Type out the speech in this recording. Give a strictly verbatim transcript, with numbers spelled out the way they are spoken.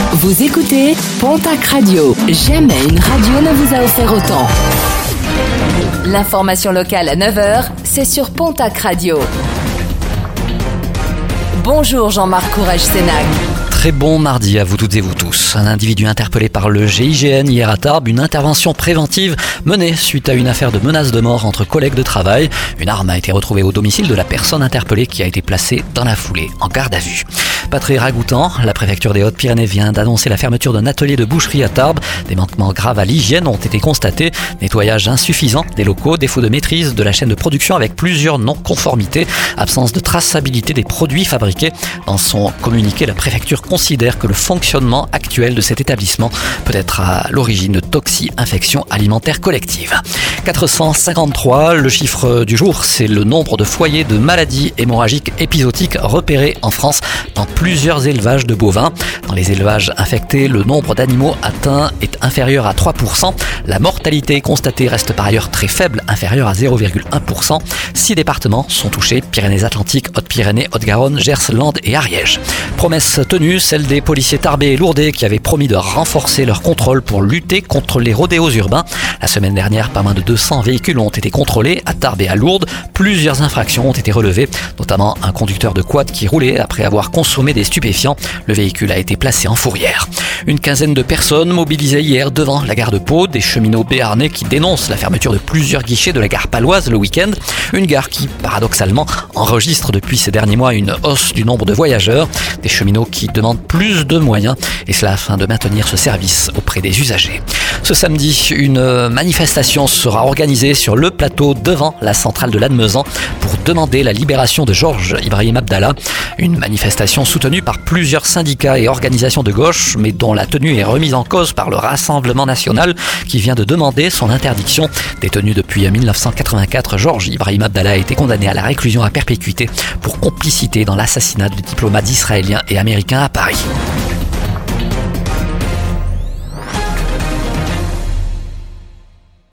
Vous écoutez Pontac Radio. Jamais une radio ne vous a offert autant. L'information locale à neuf heures, c'est sur Pontac Radio. Bonjour Jean-Marc Courage-Sénac. Très bon mardi à vous toutes et vous tous. Un individu interpellé par le G I G N hier à Tarbes, une intervention préventive menée suite à une affaire de menace de mort entre collègues de travail. Une arme a été retrouvée au domicile de la personne interpellée qui a été placée dans la foulée en garde à vue. Pas très ragoûtant, la préfecture des Hautes-Pyrénées vient d'annoncer la fermeture d'un atelier de boucherie à Tarbes. Des manquements graves à l'hygiène ont été constatés. Nettoyage insuffisant des locaux, défaut de maîtrise de la chaîne de production avec plusieurs non-conformités, absence de traçabilité des produits fabriqués. Dans son communiqué, la préfecture considère que le fonctionnement actuel de cet établissement peut être à l'origine de toxi-infections alimentaires collectives. quatre cent cinquante-trois, le chiffre du jour, c'est le nombre de foyers de maladies hémorragiques épisodiques repérés en France dans plusieurs élevages de bovins. Dans les élevages infectés, le nombre d'animaux atteints est inférieur à trois pour cent. La mortalité constatée reste par ailleurs très faible, inférieure à zéro virgule un pour cent. Six départements sont touchés, Pyrénées-Atlantiques, Haute-Pyrénées, Haute-Garonne, Gers, Landes et Ariège. Promesse tenue, celle des policiers tarbais et lourdais qui avaient promis de renforcer leur contrôle pour lutter contre les rodéos urbains. La semaine dernière, pas moins de deux cents véhicules ont été contrôlés à Tarbes et à Lourdes. Plusieurs infractions ont été relevées, notamment un conducteur de quad qui roulait après avoir consommé des stupéfiants. Le véhicule a été placé en fourrière. Une quinzaine de personnes mobilisées hier devant la gare de Pau, des cheminots béarnais qui dénoncent la fermeture de plusieurs guichets de la gare paloise le week-end. Une gare qui, paradoxalement, enregistre depuis ces derniers mois une hausse du nombre de voyageurs. Des cheminots qui demandent plus de moyens, et cela afin de maintenir ce service auprès des usagers. Ce samedi, une manifestation sera organisée sur le plateau devant la centrale de Lannemezan pour demander la libération de Georges Ibrahim Abdallah. Une manifestation soutenue par plusieurs syndicats et organisations de gauche, mais dont la tenue est remise en cause par le Rassemblement national qui vient de demander son interdiction. Détenu depuis mille neuf cent quatre-vingt-quatre, Georges Ibrahim Abdallah a été condamné à la réclusion à perpétuité pour complicité dans l'assassinat de diplomates israéliens et américains à Paris.